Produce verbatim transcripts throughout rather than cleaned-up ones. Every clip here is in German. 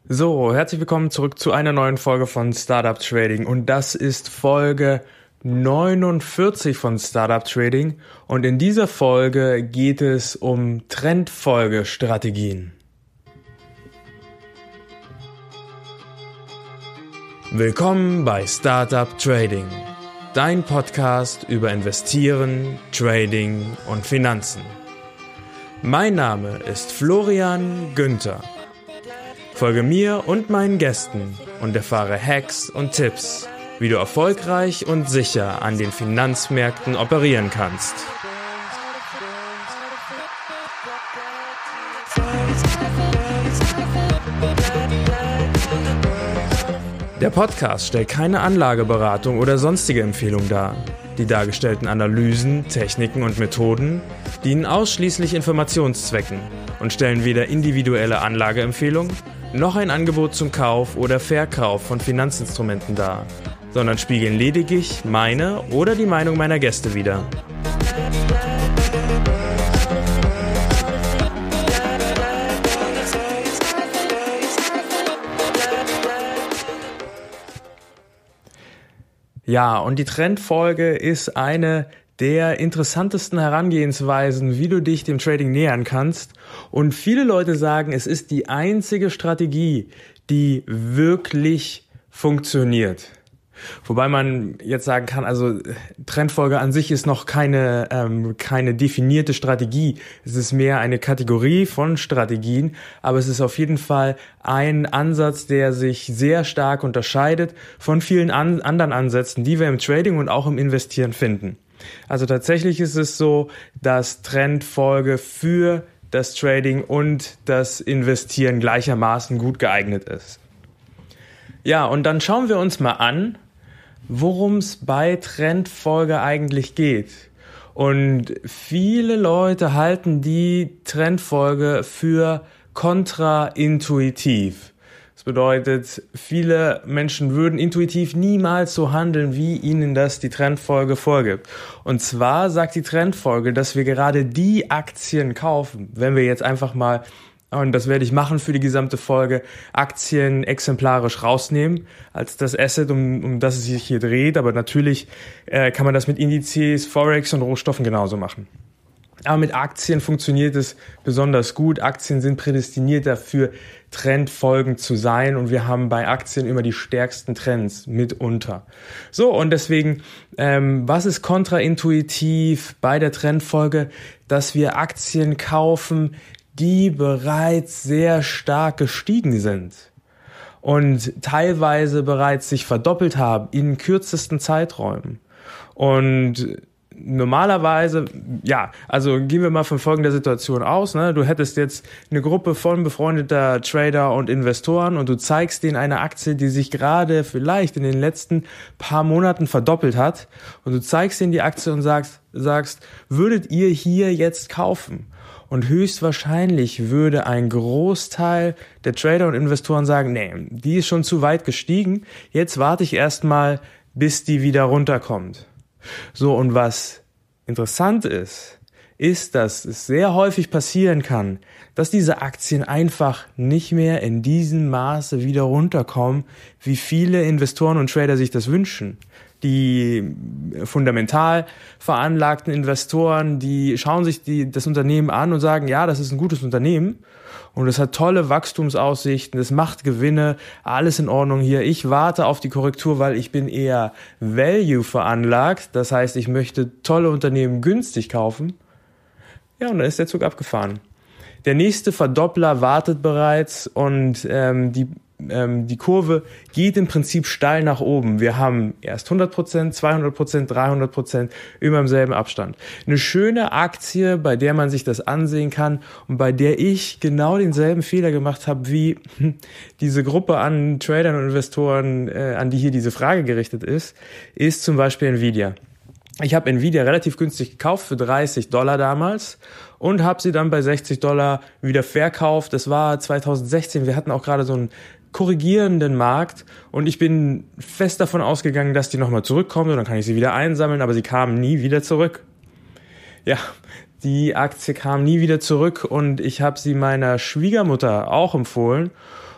So, herzlich willkommen zurück zu einer neuen Folge von Startup Trading und das ist Folge neunundvierzig von Startup Trading und in dieser Folge geht es um Trendfolgestrategien. Willkommen bei Startup Trading, dein Podcast über Investieren, Trading und Finanzen. Mein Name ist Florian Günther. Folge mir und meinen Gästen und erfahre Hacks und Tipps, wie du erfolgreich und sicher an den Finanzmärkten operieren kannst. Der Podcast stellt keine Anlageberatung oder sonstige Empfehlung dar. Die dargestellten Analysen, Techniken und Methoden dienen ausschließlich Informationszwecken und stellen weder individuelle Anlageempfehlungen noch ein Angebot zum Kauf oder Verkauf von Finanzinstrumenten dar, sondern spiegeln lediglich meine oder die Meinung meiner Gäste wider. Ja, und die Trendfolge ist eine der interessantesten Herangehensweisen, wie du dich dem Trading nähern kannst. Und viele Leute sagen, es ist die einzige Strategie, die wirklich funktioniert. Wobei man jetzt sagen kann, also Trendfolge an sich ist noch keine ähm, keine definierte Strategie. Es ist mehr eine Kategorie von Strategien, aber es ist auf jeden Fall ein Ansatz, der sich sehr stark unterscheidet von vielen an, anderen Ansätzen, die wir im Trading und auch im Investieren finden. Also tatsächlich ist es so, dass Trendfolge für das Trading und das Investieren gleichermaßen gut geeignet ist. Ja, und dann schauen wir uns mal an, worum es bei Trendfolge eigentlich geht. Und viele Leute halten die Trendfolge für kontraintuitiv. Das bedeutet, viele Menschen würden intuitiv niemals so handeln, wie ihnen das die Trendfolge vorgibt. Und zwar sagt die Trendfolge, dass wir gerade die Aktien kaufen, wenn wir jetzt einfach mal, und das werde ich machen für die gesamte Folge, Aktien exemplarisch rausnehmen als das Asset, um, um das es sich hier dreht. Aber natürlich äh, kann man das mit Indizes, Forex und Rohstoffen genauso machen. Aber mit Aktien funktioniert es besonders gut. Aktien sind prädestiniert dafür, Trendfolgen zu sein. Und wir haben bei Aktien immer die stärksten Trends mitunter. So, und deswegen, ähm, was ist kontraintuitiv bei der Trendfolge? Dass wir Aktien kaufen, die bereits sehr stark gestiegen sind und teilweise bereits sich verdoppelt haben in kürzesten Zeiträumen. Und normalerweise, ja, also gehen wir mal von folgender Situation aus, ne? Du hättest jetzt eine Gruppe von befreundeter Trader und Investoren und du zeigst denen eine Aktie, die sich gerade vielleicht in den letzten paar Monaten verdoppelt hat und du zeigst denen die Aktie und sagst, sagst, würdet ihr hier jetzt kaufen? Und höchstwahrscheinlich würde ein Großteil der Trader und Investoren sagen, nee, die ist schon zu weit gestiegen, jetzt warte ich erstmal, bis die wieder runterkommt. So, und was interessant ist, ist, dass es sehr häufig passieren kann, dass diese Aktien einfach nicht mehr in diesem Maße wieder runterkommen, wie viele Investoren und Trader sich das wünschen. Die fundamental veranlagten Investoren, die schauen sich die, das Unternehmen an und sagen, ja, das ist ein gutes Unternehmen und es hat tolle Wachstumsaussichten, es macht Gewinne, alles in Ordnung hier. Ich warte auf die Korrektur, weil ich bin eher Value veranlagt. Das heißt, ich möchte tolle Unternehmen günstig kaufen. Ja, und dann ist der Zug abgefahren. Der nächste Verdoppler wartet bereits und ähm, die Ähm, die Kurve geht im Prinzip steil nach oben. Wir haben erst hundert Prozent, zweihundert Prozent, dreihundert Prozent, immer im selben Abstand. Eine schöne Aktie, bei der man sich das ansehen kann und bei der ich genau denselben Fehler gemacht habe wie diese Gruppe an Tradern und Investoren, äh, an die hier diese Frage gerichtet ist, ist zum Beispiel Nvidia. Ich habe Nvidia relativ günstig gekauft für dreißig Dollar damals und habe sie dann bei sechzig Dollar wieder verkauft. Das war zweitausendsechzehn. Wir hatten auch gerade so einen korrigierenden Markt und ich bin fest davon ausgegangen, dass die nochmal zurückkommt und dann kann ich sie wieder einsammeln, aber sie kamen nie wieder zurück. Ja, die Aktie kam nie wieder zurück und ich habe sie meiner Schwiegermutter auch empfohlen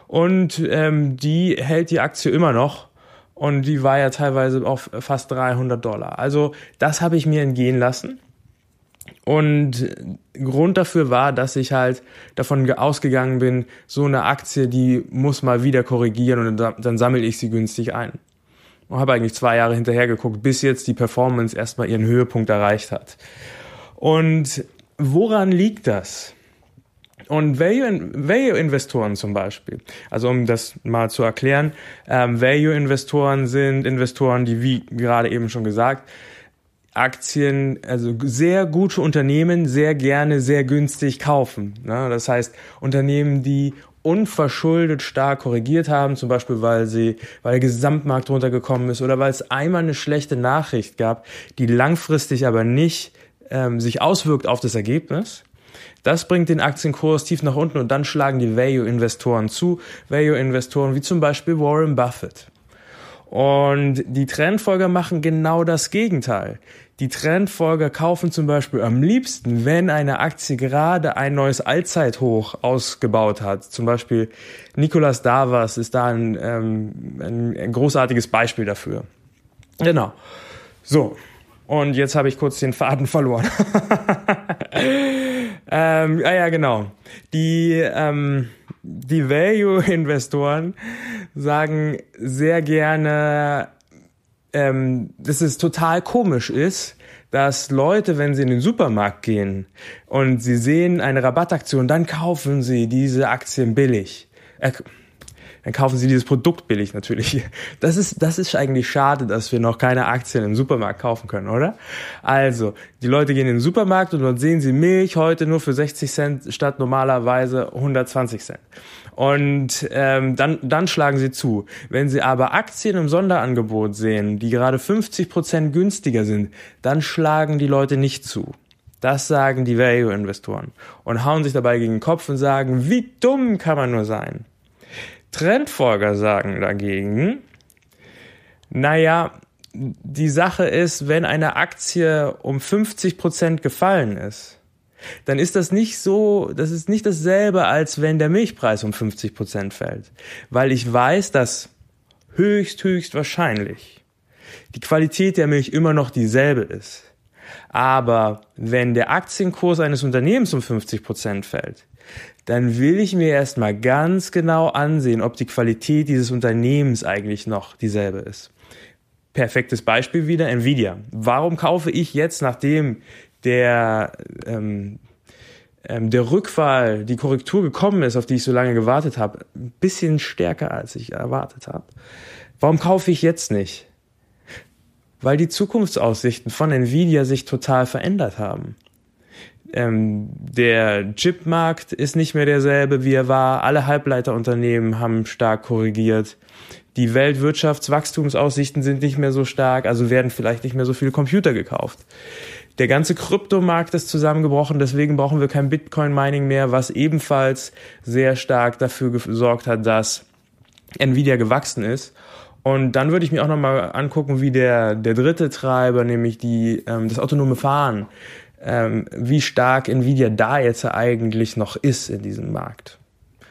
Und ähm, die hält die Aktie immer noch. Und die war ja teilweise auf fast dreihundert Dollar. Also das habe ich mir entgehen lassen. Und Grund dafür war, dass ich halt davon ausgegangen bin, so eine Aktie, die muss mal wieder korrigieren und dann, dann sammle ich sie günstig ein. Und habe eigentlich zwei Jahre hinterher geguckt, bis jetzt die Performance erstmal ihren Höhepunkt erreicht hat. Und woran liegt das? Und Value-Investoren zum Beispiel, also um das mal zu erklären, ähm, Value-Investoren sind Investoren, die, wie gerade eben schon gesagt, Aktien, also sehr gute Unternehmen sehr gerne sehr günstig kaufen. Ne? Das heißt, Unternehmen, die unverschuldet stark korrigiert haben, zum Beispiel weil sie, weil der Gesamtmarkt runtergekommen ist oder weil es einmal eine schlechte Nachricht gab, die langfristig aber nicht ähm, sich auswirkt auf das Ergebnis. Das bringt den Aktienkurs tief nach unten und dann schlagen die Value-Investoren zu. Value-Investoren wie zum Beispiel Warren Buffett. Und die Trendfolger machen genau das Gegenteil. Die Trendfolger kaufen zum Beispiel am liebsten, wenn eine Aktie gerade ein neues Allzeithoch ausgebaut hat. Zum Beispiel Nicolas Darvas ist da ein, ähm, ein, ein großartiges Beispiel dafür. Genau. So. Und jetzt habe ich kurz den Faden verloren. ähm, ah ja, genau. Die, ähm, die Value-Investoren sagen sehr gerne, ähm, dass es total komisch ist, dass Leute, wenn sie in den Supermarkt gehen und sie sehen eine Rabattaktion, dann kaufen sie diese Aktien billig. Äh, Dann kaufen sie dieses Produkt billig natürlich. Das ist, das ist eigentlich schade, dass wir noch keine Aktien im Supermarkt kaufen können, oder? Also, die Leute gehen in den Supermarkt und dort sehen sie Milch heute nur für sechzig Cent statt normalerweise hundertzwanzig Cent. Und ähm, dann, dann schlagen sie zu. Wenn sie aber Aktien im Sonderangebot sehen, die gerade fünfzig Prozent günstiger sind, dann schlagen die Leute nicht zu. Das sagen die Value-Investoren und hauen sich dabei gegen den Kopf und sagen, wie dumm kann man nur sein? Trendfolger sagen dagegen, naja, die Sache ist, wenn eine Aktie um fünfzig Prozent gefallen ist, dann ist das nicht so, das ist nicht dasselbe, als wenn der Milchpreis um fünfzig Prozent fällt. Weil ich weiß, dass höchst, höchst wahrscheinlich die Qualität der Milch immer noch dieselbe ist. Aber wenn der Aktienkurs eines Unternehmens um fünfzig Prozent fällt, dann will ich mir erstmal ganz genau ansehen, ob die Qualität dieses Unternehmens eigentlich noch dieselbe ist. Perfektes Beispiel wieder, Nvidia. Warum kaufe ich jetzt, nachdem der, ähm, ähm, der Rückfall, die Korrektur gekommen ist, auf die ich so lange gewartet habe, ein bisschen stärker, als ich erwartet habe? Warum kaufe ich jetzt nicht? Weil die Zukunftsaussichten von Nvidia sich total verändert haben. Ähm, der Chipmarkt ist nicht mehr derselbe, wie er war. Alle Halbleiterunternehmen haben stark korrigiert. Die Weltwirtschaftswachstumsaussichten sind nicht mehr so stark, also werden vielleicht nicht mehr so viele Computer gekauft. Der ganze Kryptomarkt ist zusammengebrochen, deswegen brauchen wir kein Bitcoin-Mining mehr, was ebenfalls sehr stark dafür gesorgt hat, dass Nvidia gewachsen ist. Und dann würde ich mir auch nochmal angucken, wie der, der dritte Treiber, nämlich die, ähm, das autonome Fahren, ähm, wie stark Nvidia da jetzt eigentlich noch ist in diesem Markt.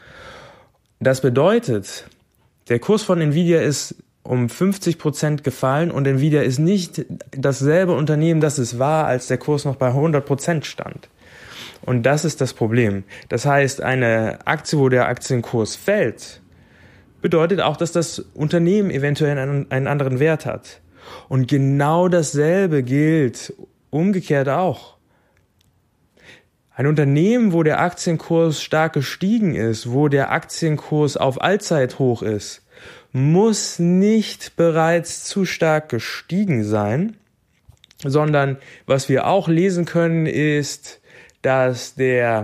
Das bedeutet, der Kurs von Nvidia ist um fünfzig Prozent gefallen und Nvidia ist nicht dasselbe Unternehmen, das es war, als der Kurs noch bei hundert Prozent stand. Und das ist das Problem. Das heißt, eine Aktie, wo der Aktienkurs fällt, bedeutet auch, dass das Unternehmen eventuell einen, einen anderen Wert hat. Und genau dasselbe gilt umgekehrt auch. Ein Unternehmen, wo der Aktienkurs stark gestiegen ist, wo der Aktienkurs auf Allzeithoch ist, muss nicht bereits zu stark gestiegen sein, sondern was wir auch lesen können, ist, dass der,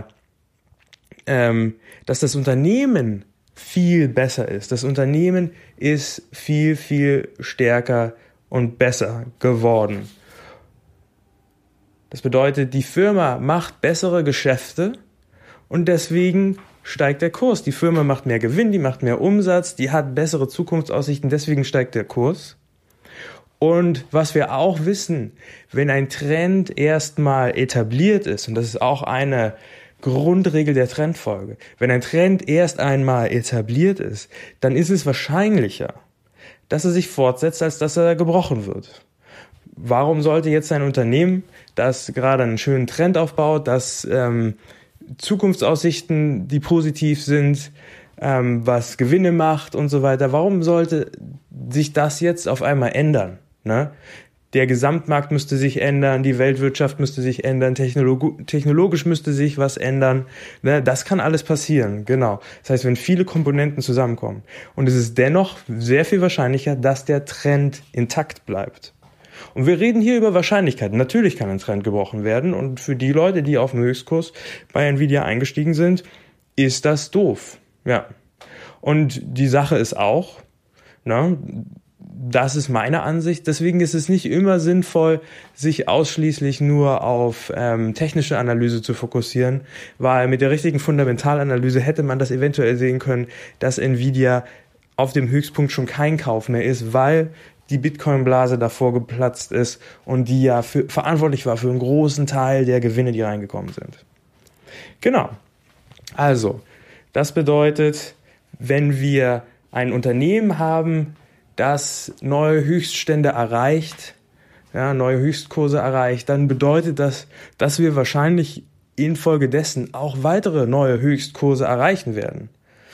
ähm, dass das Unternehmen viel besser ist. Das Unternehmen ist viel, viel stärker und besser geworden. Das bedeutet, die Firma macht bessere Geschäfte und deswegen steigt der Kurs. Die Firma macht mehr Gewinn, die macht mehr Umsatz, die hat bessere Zukunftsaussichten, deswegen steigt der Kurs. Und was wir auch wissen, wenn ein Trend erstmal etabliert ist, und das ist auch eine Grundregel der Trendfolge. Wenn ein Trend erst einmal etabliert ist, dann ist es wahrscheinlicher, dass er sich fortsetzt, als dass er gebrochen wird. Warum sollte jetzt ein Unternehmen, das gerade einen schönen Trend aufbaut, das ähm, Zukunftsaussichten, die positiv sind, ähm, was Gewinne macht und so weiter, warum sollte sich das jetzt auf einmal ändern? Ne? Der Gesamtmarkt müsste sich ändern, die Weltwirtschaft müsste sich ändern, technolog- technologisch müsste sich was ändern. Ne? Das kann alles passieren, genau. Das heißt, wenn viele Komponenten zusammenkommen. Und es ist dennoch sehr viel wahrscheinlicher, dass der Trend intakt bleibt. Und wir reden hier über Wahrscheinlichkeiten. Natürlich kann ein Trend gebrochen werden und für die Leute, die auf dem Höchstkurs bei Nvidia eingestiegen sind, ist das doof. Ja. Und die Sache ist auch, ne, das ist meine Ansicht, deswegen ist es nicht immer sinnvoll, sich ausschließlich nur auf ähm, technische Analyse zu fokussieren, weil mit der richtigen Fundamentalanalyse hätte man das eventuell sehen können, dass Nvidia auf dem Höchstpunkt schon kein Kauf mehr ist, weil die Bitcoin-Blase davor geplatzt ist und die ja für, verantwortlich war für einen großen Teil der Gewinne, die reingekommen sind. Genau. Also, das bedeutet, wenn wir ein Unternehmen haben, das neue Höchststände erreicht, ja, neue Höchstkurse erreicht, dann bedeutet das, dass wir wahrscheinlich infolgedessen auch weitere neue Höchstkurse erreichen werden.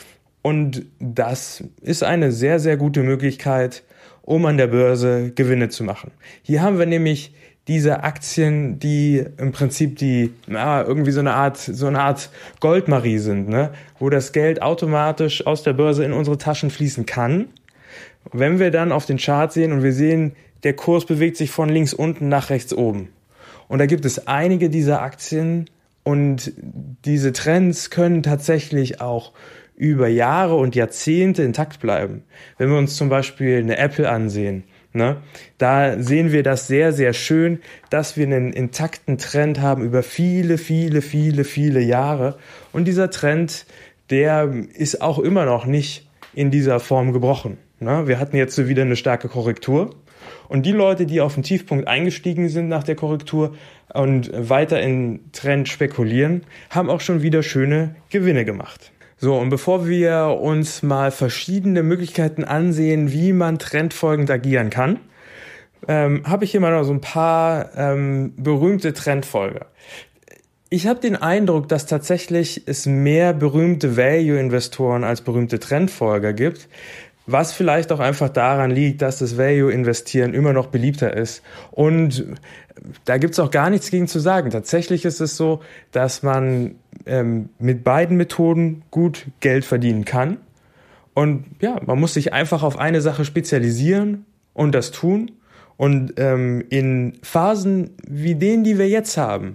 Und das ist eine sehr, sehr gute Möglichkeit, um an der Börse Gewinne zu machen. Hier haben wir nämlich diese Aktien, die im Prinzip die, na, irgendwie so eine Art, so eine Art Goldmarie sind, ne? Wo das Geld automatisch aus der Börse in unsere Taschen fließen kann. Wenn wir dann auf den Chart sehen und wir sehen, der Kurs bewegt sich von links unten nach rechts oben. Und da gibt es einige dieser Aktien und diese Trends können tatsächlich auch über Jahre und Jahrzehnte intakt bleiben. Wenn wir uns zum Beispiel eine Apple ansehen, ne, da sehen wir das sehr, sehr schön, dass wir einen intakten Trend haben über viele, viele, viele, viele Jahre. Und dieser Trend, der ist auch immer noch nicht in dieser Form gebrochen. Ne? Wir hatten jetzt so wieder eine starke Korrektur. Und die Leute, die auf den Tiefpunkt eingestiegen sind nach der Korrektur und weiter in Trend spekulieren, haben auch schon wieder schöne Gewinne gemacht. So, und bevor wir uns mal verschiedene Möglichkeiten ansehen, wie man trendfolgend agieren kann, ähm, habe ich hier mal noch so ein paar ähm, berühmte Trendfolger. Ich habe den Eindruck, dass tatsächlich es mehr berühmte Value-Investoren als berühmte Trendfolger gibt, was vielleicht auch einfach daran liegt, dass das Value-Investieren immer noch beliebter ist. Und da gibt's auch gar nichts gegen zu sagen. Tatsächlich ist es so, dass man ähm, mit beiden Methoden gut Geld verdienen kann. Und ja, man muss sich einfach auf eine Sache spezialisieren und das tun. Und ähm, in Phasen wie denen, die wir jetzt haben,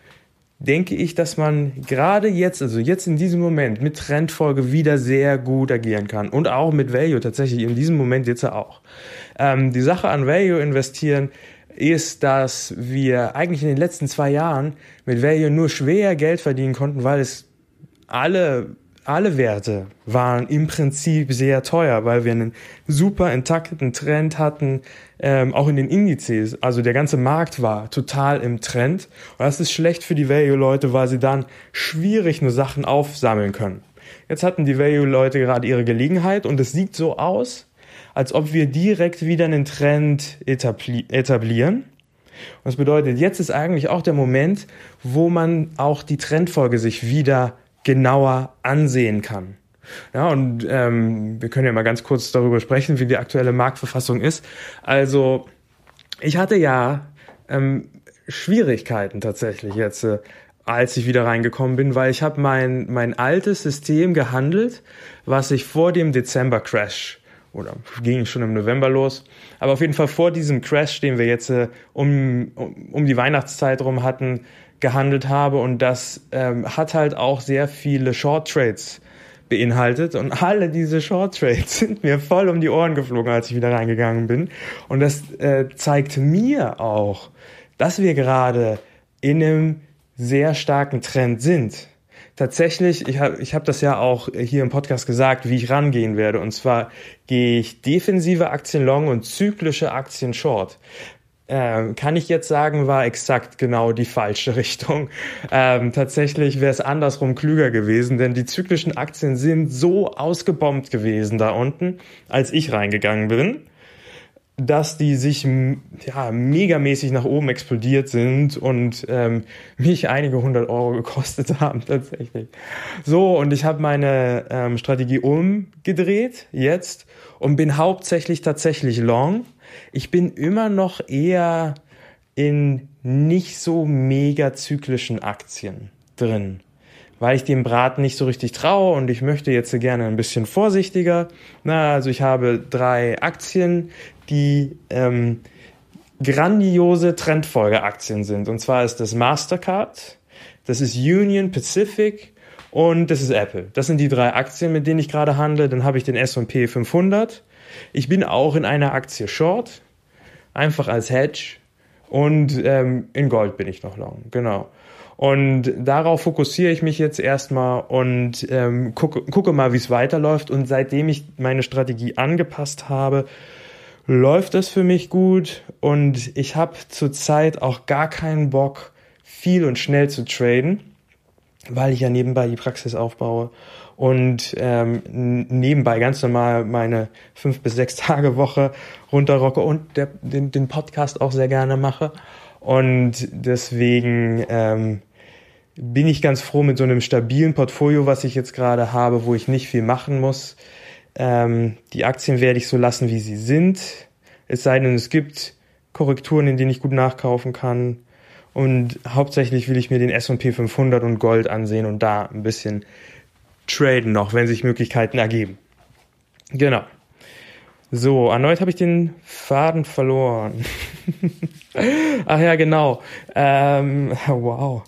denke ich, dass man gerade jetzt, also jetzt in diesem Moment mit Trendfolge wieder sehr gut agieren kann. Und auch mit Value tatsächlich in diesem Moment jetzt auch. Ähm, die Sache an Value investieren ist, dass wir eigentlich in den letzten zwei Jahren mit Value nur schwer Geld verdienen konnten, weil es alle alle Werte waren im Prinzip sehr teuer, weil wir einen super intakten Trend hatten, ähm, auch in den Indizes. Also der ganze Markt war total im Trend. Und das ist schlecht für die Value-Leute, weil sie dann schwierig nur Sachen aufsammeln können. Jetzt hatten die Value-Leute gerade ihre Gelegenheit und es sieht so aus, als ob wir direkt wieder einen Trend etabli- etablieren. Und das bedeutet, jetzt ist eigentlich auch der Moment, wo man auch die Trendfolge sich wieder genauer ansehen kann. Ja, und ähm, wir können ja mal ganz kurz darüber sprechen, wie die aktuelle Marktverfassung ist. Also ich hatte ja ähm, Schwierigkeiten tatsächlich jetzt, äh, als ich wieder reingekommen bin, weil ich habe mein mein altes System gehandelt, was ich vor dem Dezember-Crash, oder ging schon im November los, aber auf jeden Fall vor diesem Crash, den wir jetzt äh, um, um um die Weihnachtszeit rum hatten, gehandelt habe, und das ähm, hat halt auch sehr viele Short Trades beinhaltet und alle diese Short Trades sind mir voll um die Ohren geflogen, als ich wieder reingegangen bin, und das äh, zeigt mir auch, dass wir gerade in einem sehr starken Trend sind. Tatsächlich, ich habe ich hab das ja auch hier im Podcast gesagt, wie ich rangehen werde, und zwar gehe ich defensive Aktien long und zyklische Aktien short. ähm, kann ich jetzt sagen, war exakt genau die falsche Richtung. Ähm, tatsächlich wäre es andersrum klüger gewesen, denn die zyklischen Aktien sind so ausgebombt gewesen da unten, als ich reingegangen bin, dass die sich ja megamäßig nach oben explodiert sind und ähm, mich einige hundert Euro gekostet haben tatsächlich. So, und ich habe meine ähm, Strategie umgedreht jetzt und bin hauptsächlich tatsächlich long. Ich bin immer noch eher in nicht so mega zyklischen Aktien drin, weil ich dem Braten nicht so richtig traue und ich möchte jetzt gerne ein bisschen vorsichtiger. Na, also ich habe drei Aktien, die ähm, grandiose Trendfolgeaktien sind. Und zwar ist das Mastercard, das ist Union Pacific und das ist Apple. Das sind die drei Aktien, mit denen ich gerade handle. Dann habe ich den S und P fünfhundert. Ich bin auch in einer Aktie Short, einfach als Hedge. Und ähm, in Gold bin ich noch long, genau. Und darauf fokussiere ich mich jetzt erstmal und ähm, gucke, gucke mal, wie es weiterläuft. Und seitdem ich meine Strategie angepasst habe, läuft es für mich gut. Und ich habe zurzeit auch gar keinen Bock, viel und schnell zu traden, weil ich ja nebenbei die Praxis aufbaue und ähm, nebenbei ganz normal meine fünf bis sechs Tage Woche runterrocke und der, den, den Podcast auch sehr gerne mache. Und deswegen ähm, bin ich ganz froh mit so einem stabilen Portfolio, was ich jetzt gerade habe, wo ich nicht viel machen muss. Ähm, die Aktien werde ich so lassen, wie sie sind. Es sei denn, es gibt Korrekturen, in denen ich gut nachkaufen kann. Und hauptsächlich will ich mir den S und P fünfhundert und Gold ansehen und da ein bisschen traden noch, wenn sich Möglichkeiten ergeben. Genau. So, erneut habe ich den Faden verloren. Ach ja, genau. Ähm, wow.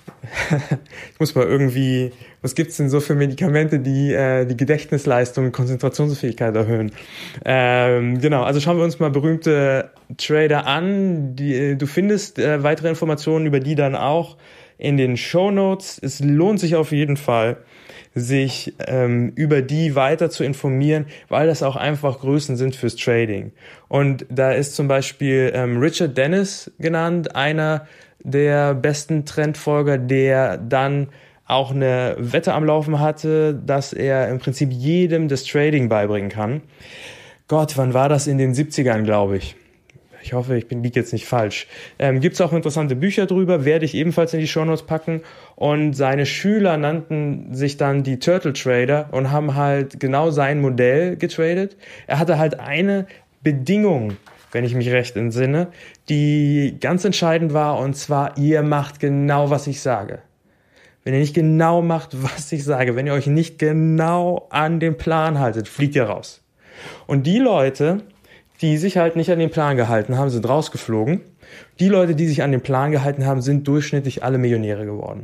Ich muss mal irgendwie, was gibt's denn so für Medikamente, die äh, die Gedächtnisleistung und Konzentrationsfähigkeit erhöhen? Ähm, genau, also schauen wir uns mal berühmte Trader an. Die, du findest äh, weitere Informationen über die dann auch in den Shownotes. Es lohnt sich auf jeden Fall, sich ähm, über die weiter zu informieren, weil das auch einfach Größen sind fürs Trading. Und da ist zum Beispiel ähm, Richard Dennis genannt, einer der besten Trendfolger, der dann auch eine Wette am Laufen hatte, dass er im Prinzip jedem das Trading beibringen kann. Gott, wann war das? In den siebzigern, glaube ich. Ich hoffe, ich bin liege jetzt nicht falsch. Ähm, Gibt es auch interessante Bücher drüber, werde ich ebenfalls in die Shownotes packen. Und seine Schüler nannten sich dann die Turtle Trader und haben halt genau sein Modell getradet. Er hatte halt eine Bedingung, wenn ich mich recht entsinne, die ganz entscheidend war, und zwar, ihr macht genau, was ich sage. Wenn ihr nicht genau macht, was ich sage, wenn ihr euch nicht genau an den Plan haltet, fliegt ihr raus. Und die Leute, die sich halt nicht an den Plan gehalten haben, sind rausgeflogen. Die Leute, die sich an den Plan gehalten haben, sind durchschnittlich alle Millionäre geworden.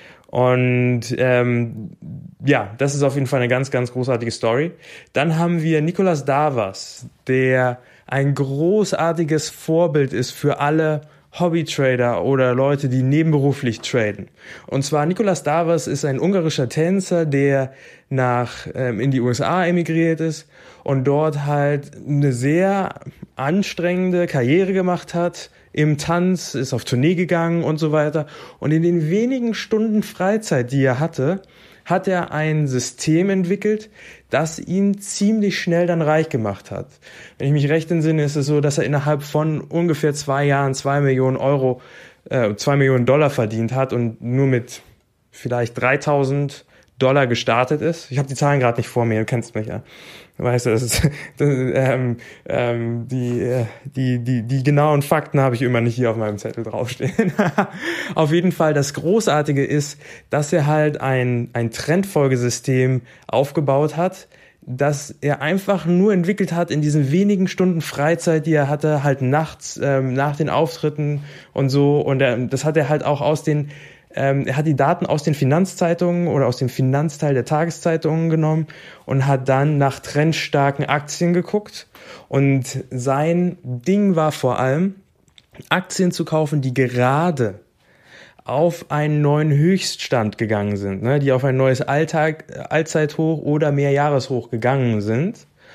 Und ähm, ja, das ist auf jeden Fall eine ganz, ganz großartige Story. Dann haben wir Nicolas Darvas, der ein großartiges Vorbild ist für alle Hobbytrader oder Leute, die nebenberuflich traden. Und zwar Nicolas Darvas ist ein ungarischer Tänzer, der nach ähm, in die U S A emigriert ist und dort halt eine sehr anstrengende Karriere gemacht hat im Tanz, ist auf Tournee gegangen und so weiter. Und in den wenigen Stunden Freizeit, die er hatte, hat er ein System entwickelt, das ihn ziemlich schnell dann reich gemacht hat. Wenn ich mich recht entsinne, ist es so, dass er innerhalb von ungefähr zwei Jahren zwei Millionen Euro, äh, zwei Millionen Dollar verdient hat und nur mit vielleicht dreitausend Dollar gestartet ist. Ich habe die Zahlen gerade nicht vor mir, du kennst mich ja. Weißt du, das ist, das, ähm, ähm, die, äh, die, die, die genauen Fakten habe ich immer nicht hier auf meinem Zettel draufstehen. Auf jeden Fall, das Großartige ist, dass er halt ein, ein Trendfolgesystem aufgebaut hat, das er einfach nur entwickelt hat in diesen wenigen Stunden Freizeit, die er hatte, halt nachts, ähm, nach den Auftritten und so. Und er, das hat er halt auch aus den Ähm, er hat die Daten aus den Finanzzeitungen oder aus dem Finanzteil der Tageszeitungen genommen und hat dann nach trendstarken Aktien geguckt. Und sein Ding war vor allem, Aktien zu kaufen, die gerade auf einen neuen Höchststand gegangen sind, ne, die auf ein neues Alltag, Allzeithoch oder Mehrjahreshoch gegangen sind.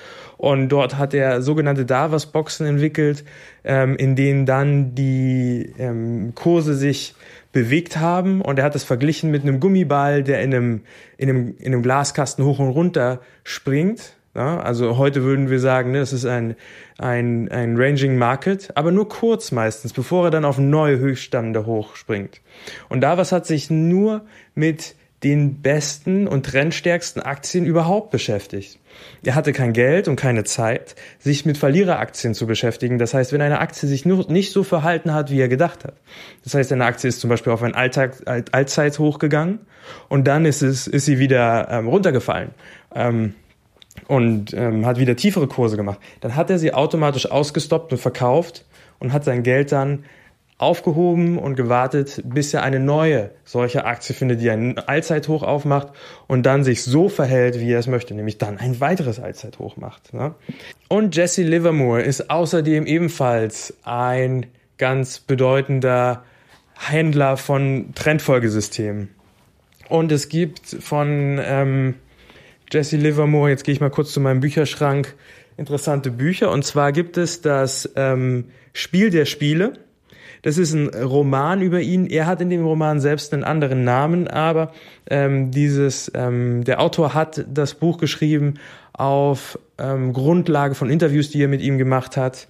Und dort hat er sogenannte Davos-Boxen entwickelt, ähm, in denen dann die ähm, Kurse sich bewegt haben. Und er hat das verglichen mit einem Gummiball, der in einem, in einem, in einem Glaskasten hoch und runter springt. Ja, also heute würden wir sagen, ne, das ist ein, ein, ein Ranging Market, aber nur kurz meistens, bevor er dann auf neue Höchststände hochspringt. Und Davos hat sich nur mit den besten und trendstärksten Aktien überhaupt beschäftigt. Er hatte kein Geld und keine Zeit, sich mit Verliereraktien zu beschäftigen. Das heißt, wenn eine Aktie sich nur nicht so verhalten hat, wie er gedacht hat. Das heißt, eine Aktie ist zum Beispiel auf ein Alltag, Allzeit hochgegangen und dann ist es, ist sie wieder ähm, runtergefallen. Ähm, und ähm, hat wieder tiefere Kurse gemacht. Dann hat er sie automatisch ausgestoppt und verkauft und hat sein Geld dann aufgehoben und gewartet, bis er eine neue solche Aktie findet, die ein Allzeithoch aufmacht und dann sich so verhält, wie er es möchte, nämlich dann ein weiteres Allzeithoch macht. Ne? Und Jesse Livermore ist außerdem ebenfalls ein ganz bedeutender Händler von Trendfolgesystemen. Und es gibt von ähm, Jesse Livermore, jetzt gehe ich mal kurz zu meinem Bücherschrank, interessante Bücher. Und zwar gibt es das ähm, Spiel der Spiele. Das ist ein Roman über ihn. Er hat in dem Roman selbst einen anderen Namen, aber ähm, dieses ähm, der Autor hat das Buch geschrieben auf ähm, Grundlage von Interviews, die er mit ihm gemacht hat.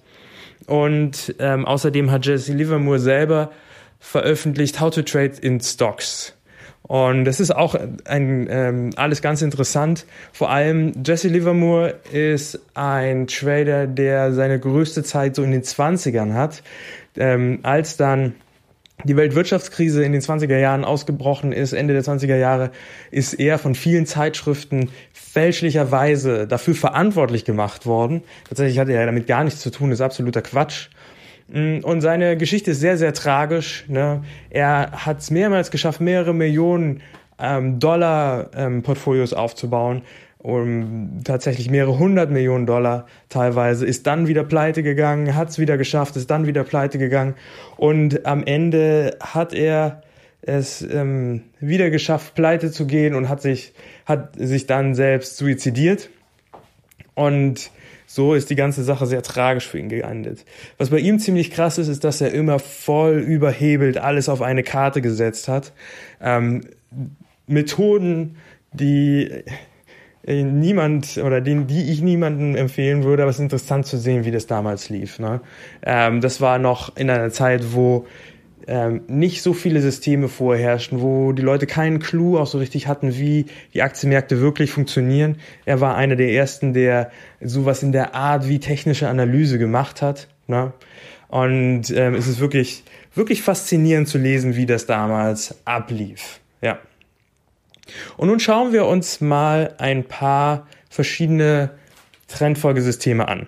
Und ähm, außerdem hat Jesse Livermore selber veröffentlicht How to Trade in Stocks. Und das ist auch ein, ähm, alles ganz interessant. Vor allem Jesse Livermore ist ein Trader, der seine größte Zeit so in den zwanzigern hat. Ähm, als dann die Weltwirtschaftskrise in den zwanziger Jahren ausgebrochen ist, Ende der zwanziger Jahre, ist er von vielen Zeitschriften fälschlicherweise dafür verantwortlich gemacht worden. Tatsächlich hatte er damit gar nichts zu tun, ist absoluter Quatsch. Und seine Geschichte ist sehr, sehr tragisch. Ne? Er hat es mehrmals geschafft, mehrere Millionen ähm, Dollar ähm, Portfolios aufzubauen, um tatsächlich mehrere hundert Millionen Dollar teilweise, ist dann wieder pleite gegangen, hat es wieder geschafft, ist dann wieder pleite gegangen und am Ende hat er es ähm, wieder geschafft, pleite zu gehen und hat sich, hat sich dann selbst suizidiert. Und so ist die ganze Sache sehr tragisch für ihn geendet. Was bei ihm ziemlich krass ist, ist, dass er immer voll überhebelt alles auf eine Karte gesetzt hat. Ähm, Methoden, die niemand oder den, die ich niemandem empfehlen würde, aber es ist interessant zu sehen, wie das damals lief. Ne? Ähm, das war noch in einer Zeit, wo ähm, nicht so viele Systeme vorherrschten, wo die Leute keinen Clou auch so richtig hatten, wie die Aktienmärkte wirklich funktionieren. Er war einer der ersten, der sowas in der Art wie technische Analyse gemacht hat. Ne? Und ähm, es ist wirklich, wirklich faszinierend zu lesen, wie das damals ablief. Ja. Und nun schauen wir uns mal ein paar verschiedene Trendfolgesysteme an.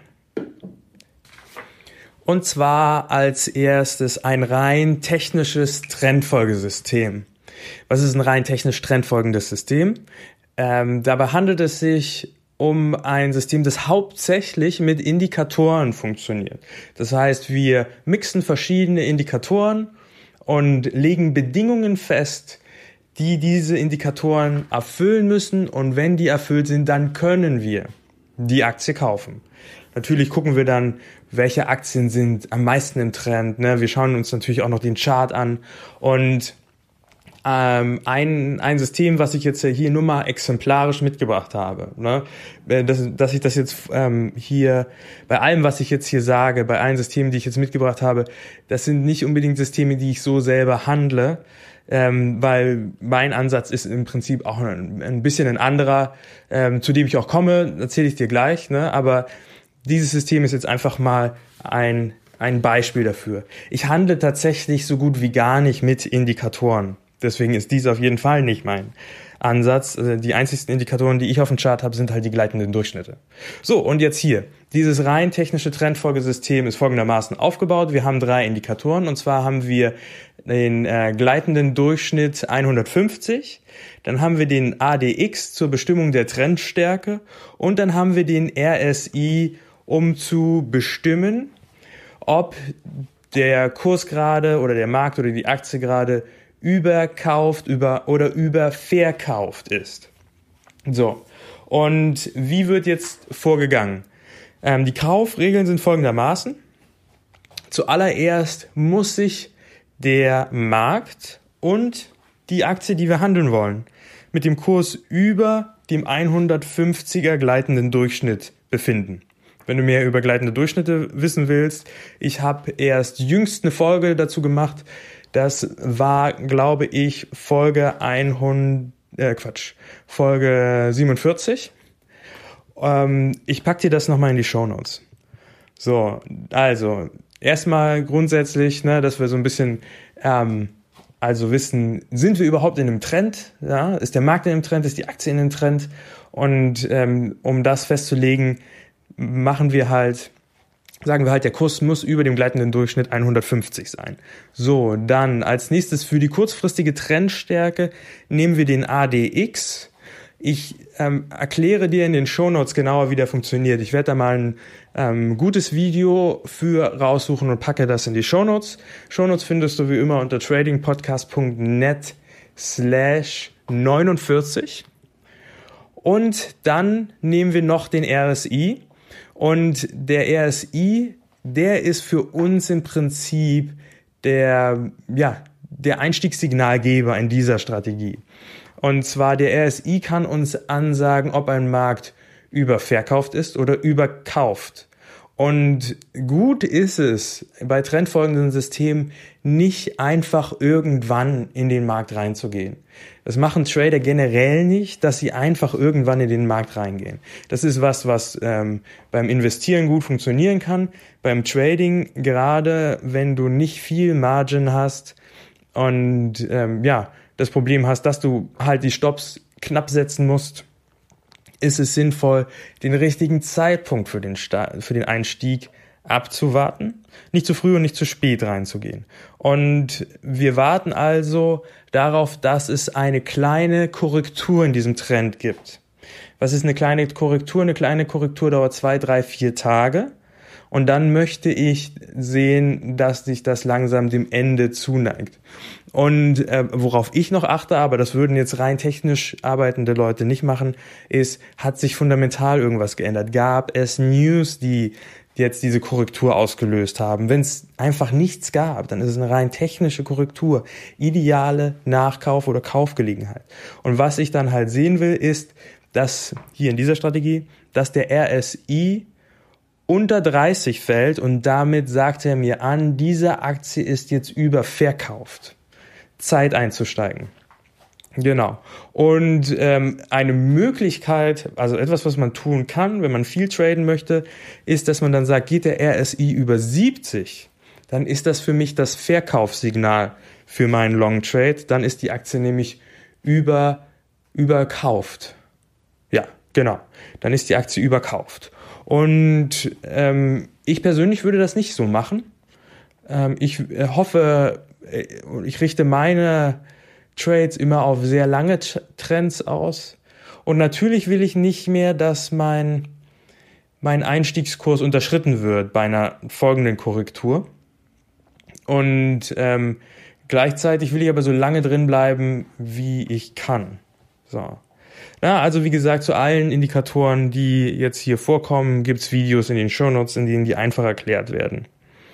Und zwar als erstes ein rein technisches Trendfolgesystem. Was ist ein rein technisch trendfolgendes System? Ähm, dabei handelt es sich um ein System, das hauptsächlich mit Indikatoren funktioniert. Das heißt, wir mixen verschiedene Indikatoren und legen Bedingungen fest, die diese Indikatoren erfüllen müssen. Und wenn die erfüllt sind, dann können wir die Aktie kaufen. Natürlich gucken wir dann, welche Aktien sind am meisten im Trend. Ne? Wir schauen uns natürlich auch noch den Chart an. Und ähm, ein, ein System, was ich jetzt hier nur mal exemplarisch mitgebracht habe, ne? dass, dass ich das jetzt ähm, hier, bei allem, was ich jetzt hier sage, bei allen Systemen, die ich jetzt mitgebracht habe, das sind nicht unbedingt Systeme, die ich so selber handle, ähm, weil mein Ansatz ist im Prinzip auch ein, ein bisschen ein anderer, ähm, zu dem ich auch komme, erzähle ich dir gleich, ne? Aber dieses System ist jetzt einfach mal ein, ein Beispiel dafür. Ich handle tatsächlich so gut wie gar nicht mit Indikatoren. Deswegen ist dies auf jeden Fall nicht mein Ansatz. Die einzigsten Indikatoren, die ich auf dem Chart habe, sind halt die gleitenden Durchschnitte. So, und jetzt hier. Dieses rein technische Trendfolgesystem ist folgendermaßen aufgebaut. Wir haben drei Indikatoren, und zwar haben wir den äh, gleitenden Durchschnitt hundertfünfzig, dann haben wir den A D X zur Bestimmung der Trendstärke und dann haben wir den R S I, um zu bestimmen, ob der Kurs gerade oder der Markt oder die Aktie gerade überkauft über oder überverkauft ist. So, und wie wird jetzt vorgegangen? Ähm, die Kaufregeln sind folgendermaßen. Zuallererst muss sich der Markt und die Aktie, die wir handeln wollen, mit dem Kurs über dem hundertfünfziger gleitenden Durchschnitt befinden. Wenn du mehr über gleitende Durchschnitte wissen willst, ich habe erst jüngst eine Folge dazu gemacht. Das war, glaube ich, Folge hundert, äh, Quatsch, Folge siebenundvierzig. Ähm, ich pack dir das nochmal in die Shownotes. So, also erstmal grundsätzlich, ne, dass wir so ein bisschen ähm, also wissen, sind wir überhaupt in einem Trend? Ja? Ist der Markt in einem Trend? Ist die Aktie in einem Trend? Und ähm, um das festzulegen, machen wir halt, sagen wir halt, der Kurs muss über dem gleitenden Durchschnitt hundertfünfzig sein. So, dann als nächstes für die kurzfristige Trendstärke nehmen wir den A D X. Ich ähm, erkläre dir in den Shownotes genauer, wie der funktioniert. Ich werde da mal ein ähm, gutes Video für raussuchen und packe das in die Shownotes. Shownotes findest du wie immer unter tradingpodcast.net slash 49. Und dann nehmen wir noch den R S I. Und der R S I, der ist für uns im Prinzip der, ja, der Einstiegssignalgeber in dieser Strategie. Und zwar der R S I kann uns ansagen, ob ein Markt überverkauft ist oder überkauft. Und gut ist es, bei trendfolgenden Systemen nicht einfach irgendwann in den Markt reinzugehen. Das machen Trader generell nicht, dass sie einfach irgendwann in den Markt reingehen. Das ist was, was ähm, beim Investieren gut funktionieren kann. Beim Trading, gerade wenn du nicht viel Margin hast und ähm, ja, das Problem hast, dass du halt die Stops knapp setzen musst, ist es sinnvoll, den richtigen Zeitpunkt für den Start, für den Einstieg abzuwarten, nicht zu früh und nicht zu spät reinzugehen. Und wir warten also darauf, dass es eine kleine Korrektur in diesem Trend gibt. Was ist eine kleine Korrektur? Eine kleine Korrektur dauert zwei, drei, vier Tage. Und dann möchte ich sehen, dass sich das langsam dem Ende zuneigt. Und äh, worauf ich noch achte, aber das würden jetzt rein technisch arbeitende Leute nicht machen, ist, hat sich fundamental irgendwas geändert? Gab es News, die jetzt diese Korrektur ausgelöst haben? Wenn es einfach nichts gab, dann ist es eine rein technische Korrektur. Ideale Nachkauf- oder Kaufgelegenheit. Und was ich dann halt sehen will, ist, dass hier in dieser Strategie, dass der R S I unter dreißig fällt und damit sagt er mir an, diese Aktie ist jetzt überverkauft. Zeit einzusteigen. Genau. Und ähm, eine Möglichkeit, also etwas, was man tun kann, wenn man viel traden möchte, ist, dass man dann sagt, geht der R S I über siebzig, dann ist das für mich das Verkaufssignal für meinen Long Trade. Dann ist die Aktie nämlich über überkauft. Ja, genau. Dann ist die Aktie überkauft. Und ähm, ich persönlich würde das nicht so machen. Ähm, ich äh, hoffe, äh, ich richte meine Trades immer auf sehr lange T- Trends aus. Und natürlich will ich nicht mehr, dass mein, mein Einstiegskurs unterschritten wird bei einer folgenden Korrektur. Und ähm, gleichzeitig will ich aber so lange drin bleiben, wie ich kann. So. Ja, also wie gesagt, zu allen Indikatoren, die jetzt hier vorkommen, gibt's Videos in den Shownotes, in denen die einfach erklärt werden.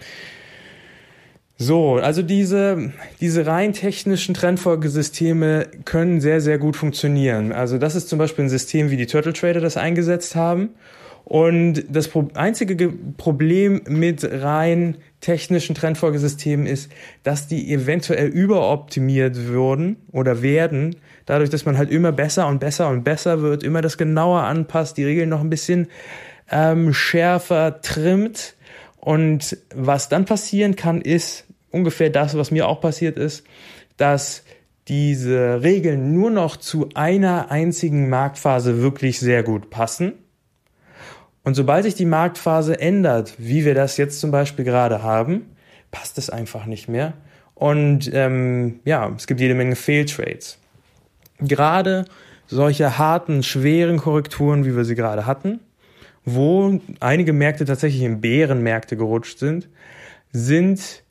So, also diese, diese rein technischen Trendfolgesysteme können sehr, sehr gut funktionieren. Also das ist zum Beispiel ein System, wie die Turtle Trader das eingesetzt haben. Und das einzige Problem mit rein technischen Trendfolgesystemen ist, dass die eventuell überoptimiert würden oder werden, dadurch, dass man halt immer besser und besser und besser wird, immer das genauer anpasst, die Regeln noch ein bisschen ähm, schärfer trimmt. Und was dann passieren kann, ist ungefähr das, was mir auch passiert ist, dass diese Regeln nur noch zu einer einzigen Marktphase wirklich sehr gut passen. Und sobald sich die Marktphase ändert, wie wir das jetzt zum Beispiel gerade haben, passt es einfach nicht mehr. Und ähm, ja, es gibt jede Menge Fehltrades. Gerade solche harten, schweren Korrekturen, wie wir sie gerade hatten, wo einige Märkte tatsächlich in Bärenmärkte gerutscht sind, sind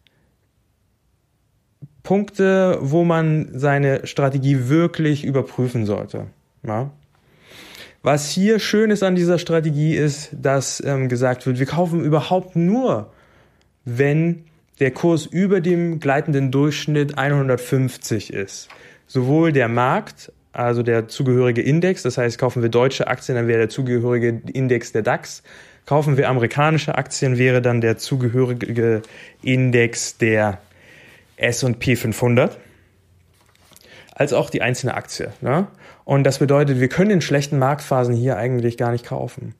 Punkte, wo man seine Strategie wirklich überprüfen sollte. Ja? Was hier schön ist an dieser Strategie ist, dass ähm, gesagt wird, wir kaufen überhaupt nur, wenn der Kurs über dem gleitenden Durchschnitt hundertfünfzig ist. Sowohl der Markt, also der zugehörige Index, das heißt, kaufen wir deutsche Aktien, dann wäre der zugehörige Index der DAX. Kaufen wir amerikanische Aktien, wäre dann der zugehörige Index der S und P fünfhundert. Als auch die einzelne Aktie. Ne? Und das bedeutet, wir können in schlechten Marktphasen hier eigentlich gar nicht kaufen.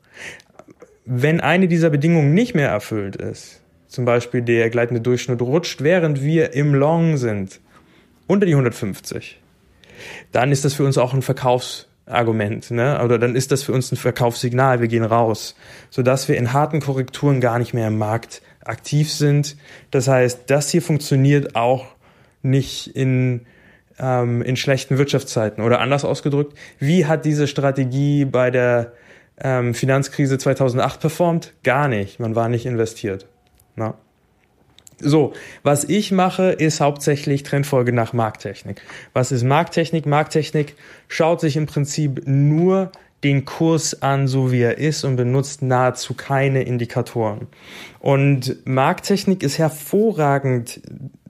Wenn eine dieser Bedingungen nicht mehr erfüllt ist, zum Beispiel der gleitende Durchschnitt rutscht, während wir im Long sind, unter die hundertfünfzig, dann ist das für uns auch ein Verkaufsargument, ne? Oder dann ist das für uns ein Verkaufssignal, wir gehen raus, sodass wir in harten Korrekturen gar nicht mehr im Markt aktiv sind. Das heißt, das hier funktioniert auch nicht in, ähm, in schlechten Wirtschaftszeiten. Oder anders ausgedrückt, wie hat diese Strategie bei der ähm, Finanzkrise zweitausendacht performt? Gar nicht, man war nicht investiert. Na? So, was ich mache, ist hauptsächlich Trendfolge nach Markttechnik. Was ist Markttechnik? Markttechnik schaut sich im Prinzip nur den Kurs an, so wie er ist, und benutzt nahezu keine Indikatoren. Und Markttechnik ist hervorragend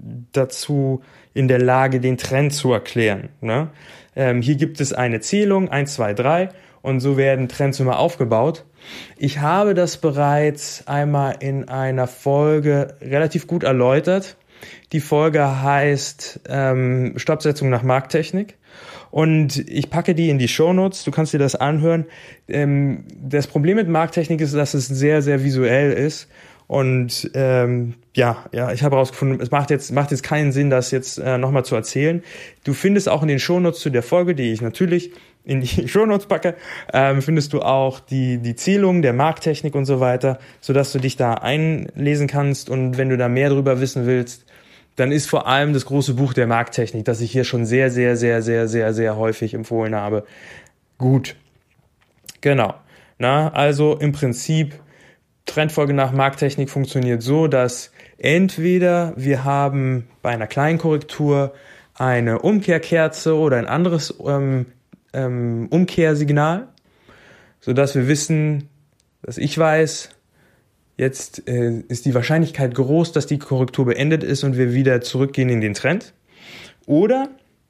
dazu in der Lage, den Trend zu erklären. Ne? Ähm, hier gibt es eine Zählung, eins, zwei, drei, und so werden Trends immer aufgebaut. Ich habe das bereits einmal in einer Folge relativ gut erläutert. Die Folge heißt ähm, Stoppsetzung nach Markttechnik. Und ich packe die in die Shownotes, du kannst dir das anhören. Ähm, das Problem mit Markttechnik ist, dass es sehr, sehr visuell ist. Und ähm, ja, ja, ich habe herausgefunden, es macht jetzt, macht jetzt keinen Sinn, das jetzt äh, nochmal zu erzählen. Du findest auch in den Shownotes zu der Folge, die ich natürlich in die Shownotes packe, ähm, findest du auch die, die Zählung der Markttechnik und so weiter, sodass du dich da einlesen kannst. Und wenn du da mehr drüber wissen willst, dann ist vor allem das große Buch der Markttechnik, das ich hier schon sehr, sehr, sehr, sehr, sehr, sehr häufig empfohlen habe, gut. Genau. Na, also im Prinzip Trendfolge nach Markttechnik funktioniert so, dass entweder wir haben bei einer kleinen Korrektur eine Umkehrkerze oder ein anderes ähm, ähm, Umkehrsignal, sodass wir wissen, dass ich weiß, jetzt äh, ist die Wahrscheinlichkeit groß, dass die Korrektur beendet ist und wir wieder zurückgehen in den Trend. Oder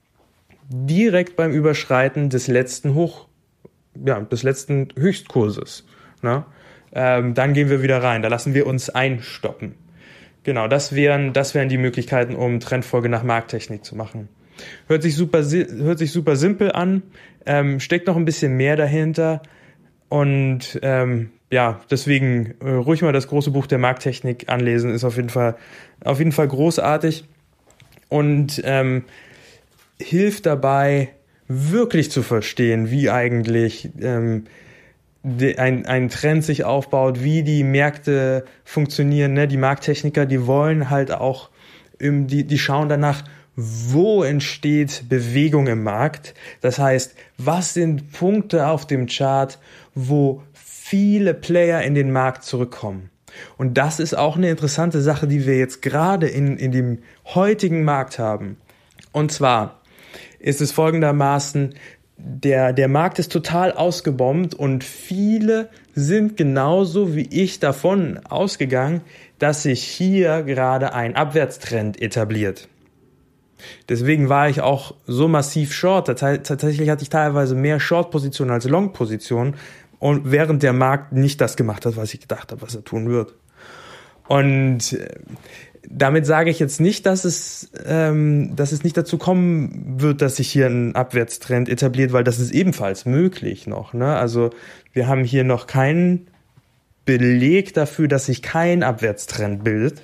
direkt beim Überschreiten des letzten Hoch, ja, des letzten Höchstkurses. Ne? Ähm, dann gehen wir wieder rein. Da lassen wir uns einstoppen. Genau, das wären, das wären die Möglichkeiten, um Trendfolge nach Markttechnik zu machen. Hört sich super, hört sich super simpel an, ähm, steckt noch ein bisschen mehr dahinter. Und ähm, ja, deswegen äh, ruhig mal das große Buch der Markttechnik anlesen, ist auf jeden Fall, auf jeden Fall großartig und ähm, hilft dabei, wirklich zu verstehen, wie eigentlich ähm, de, ein, ein Trend sich aufbaut, wie die Märkte funktionieren. Ne? Die Markttechniker, die wollen halt auch, ähm, die, die schauen danach, wo entsteht Bewegung im Markt. Das heißt, was sind Punkte auf dem Chart, wo viele Player in den Markt zurückkommen. Und das ist auch eine interessante Sache, die wir jetzt gerade in, in dem heutigen Markt haben. Und zwar ist es folgendermaßen, der, der Markt ist total ausgebombt und viele sind genauso wie ich davon ausgegangen, dass sich hier gerade ein Abwärtstrend etabliert. Deswegen war ich auch so massiv short. Tatsächlich hatte ich teilweise mehr Short-Positionen als Long-Positionen, und während der Markt nicht das gemacht hat, was ich gedacht habe, was er tun wird. Und damit sage ich jetzt nicht, dass es, ähm, dass es nicht dazu kommen wird, dass sich hier ein Abwärtstrend etabliert, weil das ist ebenfalls möglich noch. Ne? Also wir haben hier noch keinen Beleg dafür, dass sich kein Abwärtstrend bildet.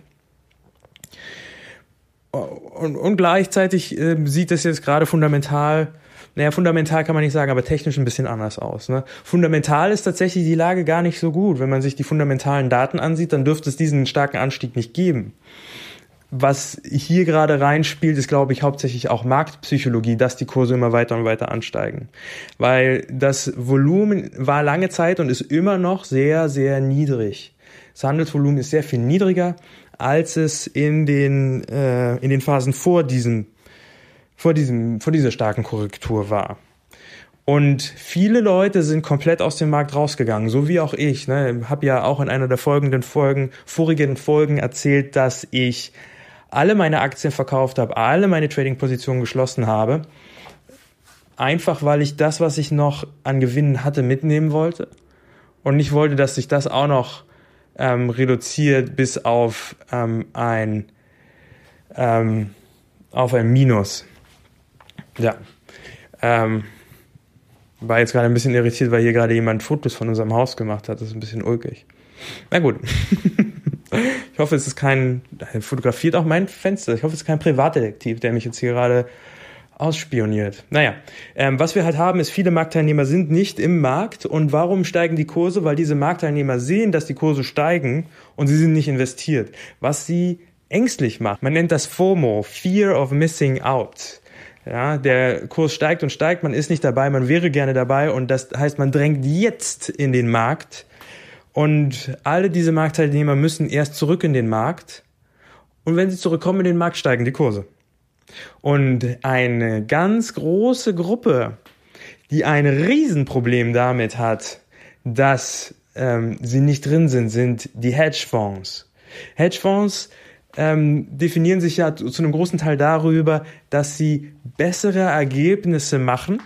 Und, und gleichzeitig äh, sieht es jetzt gerade fundamental, naja, fundamental kann man nicht sagen, aber technisch ein bisschen anders aus. Ne? Fundamental ist tatsächlich die Lage gar nicht so gut. Wenn man sich die fundamentalen Daten ansieht, dann dürfte es diesen starken Anstieg nicht geben. Was hier gerade reinspielt, ist, glaube ich, hauptsächlich auch Marktpsychologie, dass die Kurse immer weiter und weiter ansteigen. Weil das Volumen war lange Zeit und ist immer noch sehr, sehr niedrig. Das Handelsvolumen ist sehr viel niedriger, als es in den, äh, in den Phasen vor diesem, vor diesem, vor dieser starken Korrektur war. Und viele Leute sind komplett aus dem Markt rausgegangen, so wie auch ich. Ne? Habe ja auch in einer der folgenden Folgen, vorigen Folgen erzählt, dass ich alle meine Aktien verkauft habe, alle meine Trading-Positionen geschlossen habe. Einfach, weil ich das, was ich noch an Gewinnen hatte, mitnehmen wollte. Und nicht wollte, dass sich das auch noch ähm, reduziert bis auf ähm, ein, ähm, auf ein Minus. Ja. Ähm, war jetzt gerade ein bisschen irritiert, weil hier gerade jemand Fotos von unserem Haus gemacht hat. Das ist ein bisschen ulkig. Na gut. Ich hoffe, es ist kein, er fotografiert auch mein Fenster. Ich hoffe, es ist kein Privatdetektiv, der mich jetzt hier gerade ausspioniert. Naja, ähm, was wir halt haben, ist, viele Marktteilnehmer sind nicht im Markt. Und warum steigen die Kurse? Weil diese Marktteilnehmer sehen, dass die Kurse steigen und sie sind nicht investiert. Was sie ängstlich macht. Man nennt das FOMO, Fear of Missing Out. Ja, der Kurs steigt und steigt, man ist nicht dabei, man wäre gerne dabei und das heißt, man drängt jetzt in den Markt und alle diese Marktteilnehmer müssen erst zurück in den Markt und wenn sie zurückkommen in den Markt, steigen die Kurse. Und eine ganz große Gruppe, die ein Riesenproblem damit hat, dass ähm, sie nicht drin sind, sind die Hedgefonds. Hedgefonds Ähm, definieren sich ja zu, zu einem großen Teil darüber, dass sie bessere Ergebnisse machen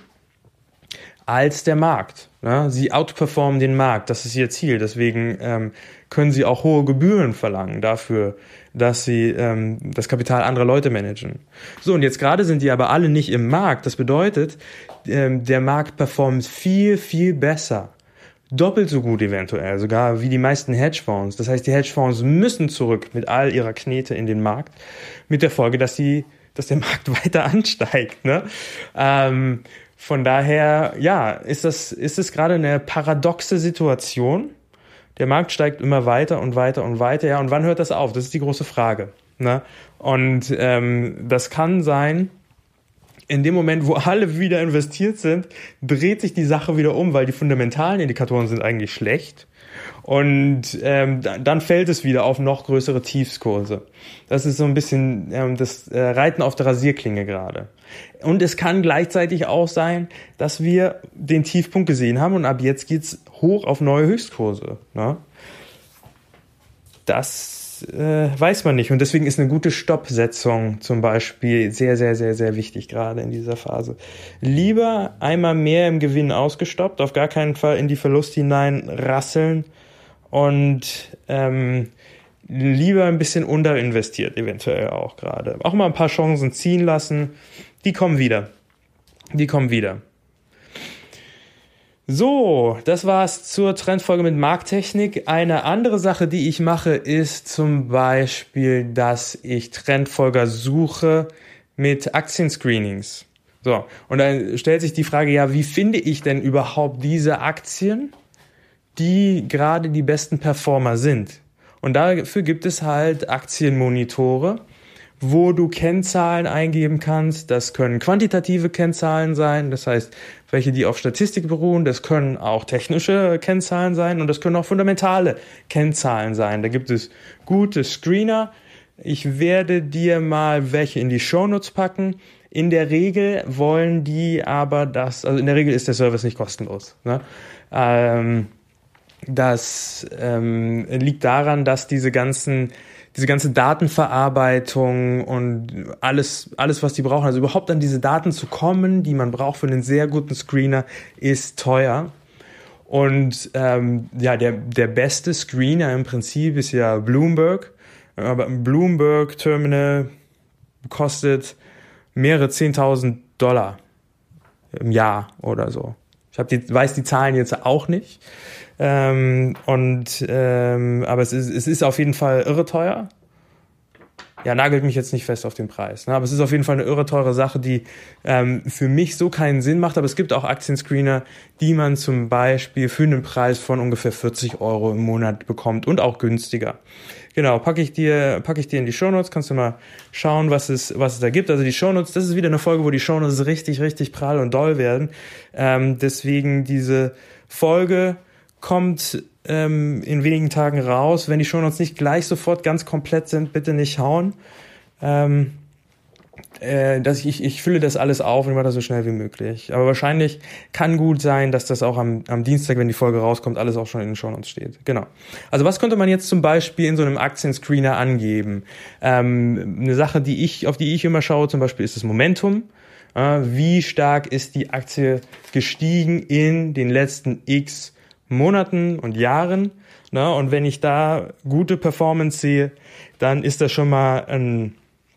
als der Markt. Ja? Sie outperformen den Markt, das ist ihr Ziel. Deswegen ähm, können sie auch hohe Gebühren verlangen dafür, dass sie ähm, das Kapital anderer Leute managen. So, und jetzt gerade sind die aber alle nicht im Markt. Das bedeutet, ähm, der Markt performt viel, viel besser. Doppelt so gut eventuell, sogar wie die meisten Hedgefonds. Das heißt, die Hedgefonds müssen zurück mit all ihrer Knete in den Markt, mit der Folge, dass die, dass der Markt weiter ansteigt. Ne? Ähm, von daher, ja, ist das, ist das gerade eine paradoxe Situation. Der Markt steigt immer weiter und weiter und weiter. Ja, und wann hört das auf? Das ist die große Frage. Ne? Und ähm, das kann sein, in dem Moment, wo alle wieder investiert sind, dreht sich die Sache wieder um, weil die fundamentalen Indikatoren sind eigentlich schlecht. Und ähm, dann fällt es wieder auf noch größere Tiefskurse. Das ist so ein bisschen ähm, das äh, Reiten auf der Rasierklinge gerade. Und es kann gleichzeitig auch sein, dass wir den Tiefpunkt gesehen haben und ab jetzt geht's hoch auf neue Höchstkurse. Ne? Das äh, weiß man nicht. Und deswegen ist eine gute Stoppsetzung zum Beispiel sehr, sehr, sehr, sehr wichtig, gerade in dieser Phase. Lieber einmal mehr im Gewinn ausgestoppt, auf gar keinen Fall in die Verlust hinein rasseln und ähm, lieber ein bisschen unterinvestiert, eventuell auch gerade. Auch mal ein paar Chancen ziehen lassen. Die kommen wieder. Die kommen wieder. So, das war's zur Trendfolge mit Markttechnik. Eine andere Sache, die ich mache, ist zum Beispiel, dass ich Trendfolger suche mit Aktienscreenings. So, und dann stellt sich die Frage, ja, wie finde ich denn überhaupt diese Aktien, die gerade die besten Performer sind? Und dafür gibt es halt Aktienmonitore, wo du Kennzahlen eingeben kannst. Das können quantitative Kennzahlen sein, das heißt, welche die auf Statistik beruhen. Das können auch technische Kennzahlen sein und das können auch fundamentale Kennzahlen sein. Da gibt es gute Screener. Ich werde dir mal welche in die Shownotes packen. In der Regel wollen die aber das, also in der Regel ist der Service nicht kostenlos. Ne? Ähm, das ähm, liegt daran, dass diese ganzen diese ganze Datenverarbeitung und alles, alles, was die brauchen, also überhaupt an diese Daten zu kommen, die man braucht für einen sehr guten Screener, ist teuer. Und ähm, ja, der, der beste Screener im Prinzip ist ja Bloomberg. Aber ein Bloomberg Terminal kostet mehrere zehntausend Dollar im Jahr oder so. Ich hab die, weiß die Zahlen jetzt auch nicht. Ähm, und ähm, aber es ist, es ist auf jeden Fall irre teuer. Ja, nagelt mich jetzt nicht fest auf den Preis. Ne? Aber es ist auf jeden Fall eine irre teure Sache, die ähm, für mich so keinen Sinn macht. Aber es gibt auch Aktienscreener, die man zum Beispiel für einen Preis von ungefähr vierzig Euro im Monat bekommt und auch günstiger. Genau, packe ich dir, packe ich dir in die Shownotes, kannst du mal schauen, was es, was es da gibt. Also die Shownotes, das ist wieder eine Folge, wo die Shownotes richtig, richtig prall und doll werden. Ähm, deswegen diese Folge kommt ähm, in wenigen Tagen raus. Wenn die Shownotes nicht gleich sofort ganz komplett sind, bitte nicht hauen. Ähm, äh, dass ich, ich fülle das alles auf und mache das so schnell wie möglich. Aber wahrscheinlich kann gut sein, dass das auch am, am Dienstag, wenn die Folge rauskommt, alles auch schon in den Shownotes steht. Genau. Also was könnte man jetzt zum Beispiel in so einem Aktienscreener angeben? Ähm, eine Sache, die ich, auf die ich immer schaue, zum Beispiel ist das Momentum. Äh, wie stark ist die Aktie gestiegen in den letzten X Monaten und Jahren? Na, und wenn ich da gute Performance sehe, dann ist das schon mal ein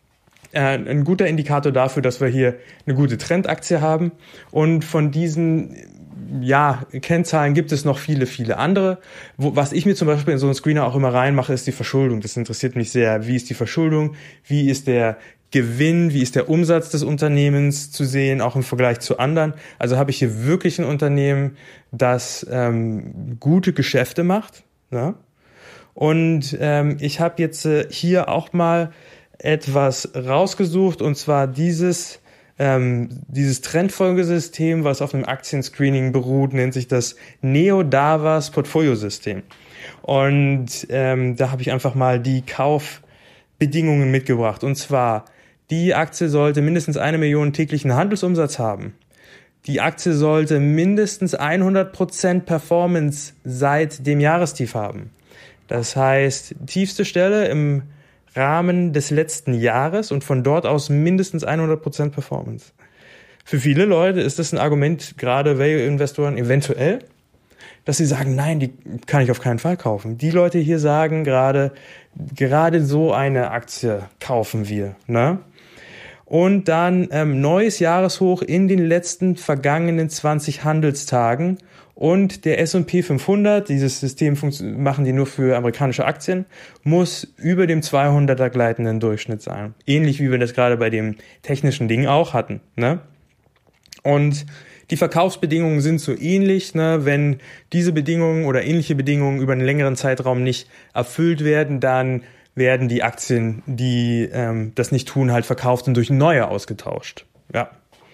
ein guter Indikator dafür, dass wir hier eine gute Trendaktie haben. Und von diesen ja, Kennzahlen gibt es noch viele, viele andere. Wo, was ich mir zum Beispiel in so einen Screener auch immer reinmache, ist die Verschuldung. Das interessiert mich sehr. Wie ist die Verschuldung? Wie ist der Gewinn? Wie ist der Umsatz des Unternehmens zu sehen, auch im Vergleich zu anderen? Also habe ich hier wirklich ein Unternehmen, das ähm, gute Geschäfte macht. Ja? Und ähm, ich habe jetzt äh, hier auch mal etwas rausgesucht, und zwar dieses ähm, dieses Trendfolgesystem, was auf einem Aktienscreening beruht, nennt sich das Neo-Davas Portfoliosystem. Und ähm, da habe ich einfach mal die Kaufbedingungen mitgebracht. Und zwar, die Aktie sollte mindestens eine Million täglichen Handelsumsatz haben. Die Aktie sollte mindestens hundert Prozent Performance seit dem Jahrestief haben. Das heißt, tiefste Stelle im Rahmen des letzten Jahres und von dort aus mindestens hundert Prozent Performance. Für viele Leute ist das ein Argument, gerade Value-Investoren eventuell, dass sie sagen, nein, die kann ich auf keinen Fall kaufen. Die Leute hier sagen gerade, gerade so eine Aktie kaufen wir, ne? Und dann ähm, neues Jahreshoch in den letzten vergangenen zwanzig Handelstagen. Und der S und P fünfhundert, dieses System machen die nur für amerikanische Aktien, muss über dem zweihunderter gleitenden Durchschnitt sein. Ähnlich wie wir das gerade bei dem technischen Ding auch hatten, ne? Und die Verkaufsbedingungen sind so ähnlich, ne? Wenn diese Bedingungen oder ähnliche Bedingungen über einen längeren Zeitraum nicht erfüllt werden, dann werden die Aktien, die ähm, das nicht tun, halt verkauft und durch neue ausgetauscht. Ja.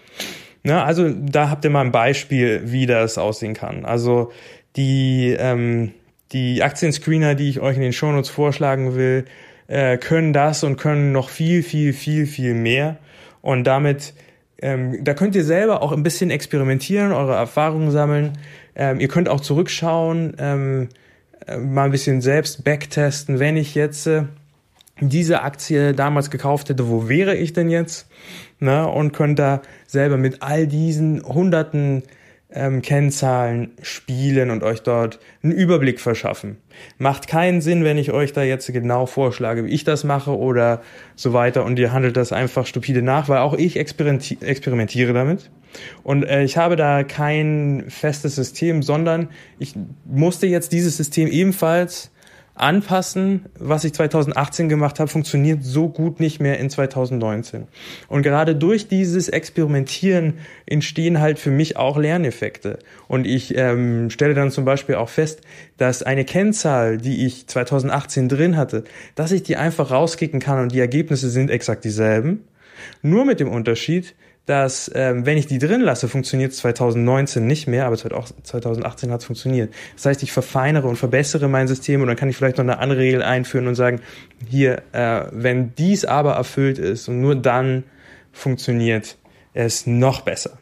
Na, also da habt ihr mal ein Beispiel, wie das aussehen kann. Also die ähm, die Aktienscreener, die ich euch in den Shownotes vorschlagen will, äh, können das und können noch viel, viel, viel, viel mehr. Und damit, ähm, da könnt ihr selber auch ein bisschen experimentieren, eure Erfahrungen sammeln. Ähm, ihr könnt auch zurückschauen, ähm, äh, mal ein bisschen selbst backtesten. Wenn ich jetzt äh, diese Aktie damals gekauft hätte, wo wäre ich denn jetzt? Na, und könnt da selber mit all diesen hunderten ähm, Kennzahlen spielen und euch dort einen Überblick verschaffen. Macht keinen Sinn, wenn ich euch da jetzt genau vorschlage, wie ich das mache oder so weiter, und ihr handelt das einfach stupide nach, weil auch ich experimenti- experimentiere damit. Und äh, ich habe da kein festes System, sondern ich musste jetzt dieses System ebenfalls anpassen. Was ich zweitausendachtzehn gemacht habe, funktioniert so gut nicht mehr in zweitausendneunzehn. Und gerade durch dieses Experimentieren entstehen halt für mich auch Lerneffekte. Und ich ähm, stelle dann zum Beispiel auch fest, dass eine Kennzahl, die ich zweitausendachtzehn drin hatte, dass ich die einfach rauskicken kann und die Ergebnisse sind exakt dieselben. Nur mit dem Unterschied, dass ähm, wenn ich die drin lasse, funktioniert es zweitausendneunzehn nicht mehr, aber zweitausendachtzehn hat es funktioniert. Das heißt, ich verfeinere und verbessere mein System und dann kann ich vielleicht noch eine andere Regel einführen und sagen, hier, äh, wenn dies aber erfüllt ist und nur dann funktioniert es noch besser.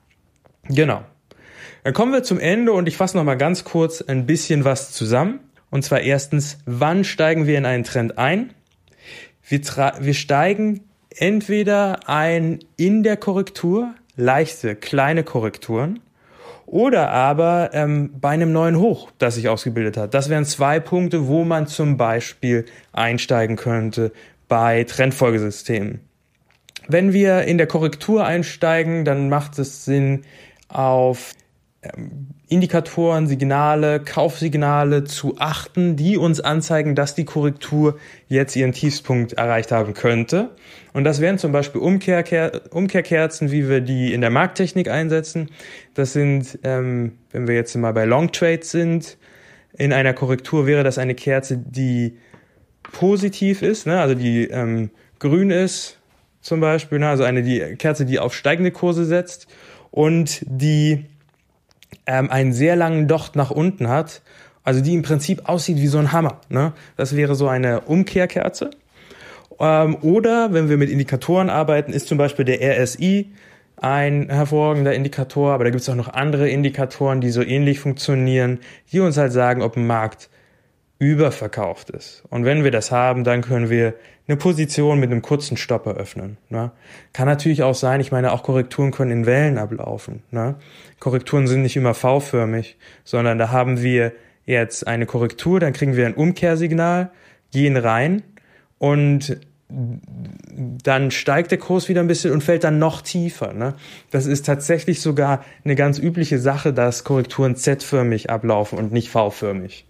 Genau. Dann kommen wir zum Ende und ich fasse noch mal ganz kurz ein bisschen was zusammen. Und zwar erstens, wann steigen wir in einen Trend ein? Wir, tra- wir steigen entweder ein in der Korrektur, leichte, kleine Korrekturen, oder aber ähm, bei einem neuen Hoch, das sich ausgebildet hat. Das wären zwei Punkte, wo man zum Beispiel einsteigen könnte bei Trendfolgesystemen. Wenn wir in der Korrektur einsteigen, dann macht es Sinn, auf ähm, Indikatoren, Signale, Kaufsignale zu achten, die uns anzeigen, dass die Korrektur jetzt ihren Tiefspunkt erreicht haben könnte. Und das wären zum Beispiel Umkehrker- Umkehrkerzen, wie wir die in der Markttechnik einsetzen. Das sind, ähm, wenn wir jetzt mal bei Long Trades sind, in einer Korrektur wäre das eine Kerze, die positiv ist, ne? Also die ähm, grün ist zum Beispiel, ne? Also eine die Kerze, die auf steigende Kurse setzt und die ähm, einen sehr langen Docht nach unten hat, also die im Prinzip aussieht wie so ein Hammer, ne? Das wäre so eine Umkehrkerze. Ähm, oder wenn wir mit Indikatoren arbeiten, ist zum Beispiel der R S I ein hervorragender Indikator, aber da gibt es auch noch andere Indikatoren, die so ähnlich funktionieren, die uns halt sagen, ob ein Markt überverkauft ist. Und wenn wir das haben, dann können wir eine Position mit einem kurzen Stopp eröffnen. Ne? Kann natürlich auch sein, ich meine, auch Korrekturen können in Wellen ablaufen. Ne? Korrekturen sind nicht immer V-förmig, sondern da haben wir jetzt eine Korrektur, dann kriegen wir ein Umkehrsignal, gehen rein und dann steigt der Kurs wieder ein bisschen und fällt dann noch tiefer. Ne? Das ist tatsächlich sogar eine ganz übliche Sache, dass Korrekturen Z-förmig ablaufen und nicht V-förmig.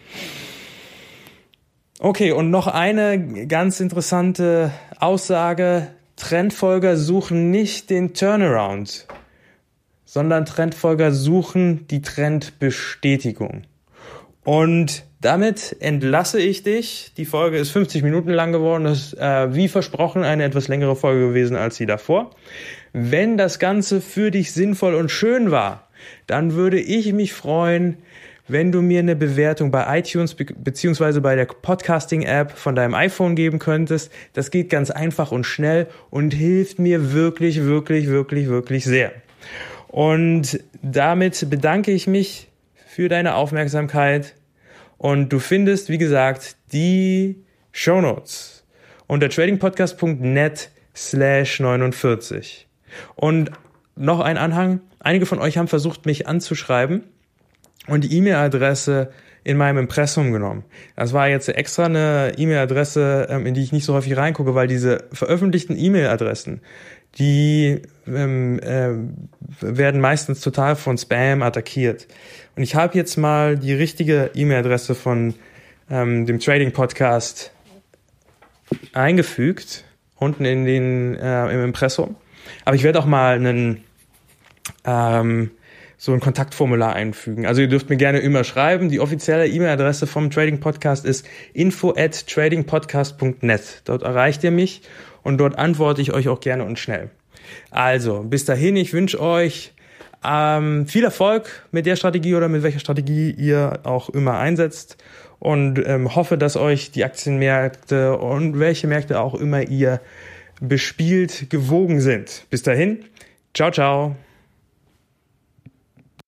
Okay, und noch eine ganz interessante Aussage. Trendfolger suchen nicht den Turnaround, sondern Trendfolger suchen die Trendbestätigung. Und damit entlasse ich dich. Die Folge ist fünfzig Minuten lang geworden. Das ist äh, wie versprochen eine etwas längere Folge gewesen als die davor. Wenn das Ganze für dich sinnvoll und schön war, dann würde ich mich freuen, wenn du mir eine Bewertung bei iTunes be- beziehungsweise bei der Podcasting-App von deinem iPhone geben könntest. Das geht ganz einfach und schnell und hilft mir wirklich, wirklich, wirklich, wirklich sehr. Und damit bedanke ich mich für deine Aufmerksamkeit. Und du findest, wie gesagt, die Shownotes unter tradingpodcast.net slash 49. Und noch ein Anhang. Einige von euch haben versucht, mich anzuschreiben und die E-Mail-Adresse in meinem Impressum genommen. Das war jetzt extra eine E-Mail-Adresse, in die ich nicht so häufig reingucke, weil diese veröffentlichten E-Mail-Adressen, die ähm, äh, werden meistens total von Spam attackiert. Und ich habe jetzt mal die richtige E-Mail-Adresse von ähm, dem Trading Podcast eingefügt, unten in den äh, im Impressum. Aber ich werde auch mal einen ähm, so ein Kontaktformular einfügen. Also ihr dürft mir gerne immer schreiben. Die offizielle E-Mail-Adresse vom Trading Podcast ist info at tradingpodcast punkt net. Dort erreicht ihr mich und dort antworte ich euch auch gerne und schnell. Also, bis dahin, ich wünsche euch ähm, viel Erfolg mit der Strategie oder mit welcher Strategie ihr auch immer einsetzt und ähm, hoffe, dass euch die Aktienmärkte und welche Märkte auch immer ihr bespielt, gewogen sind. Bis dahin, ciao, ciao.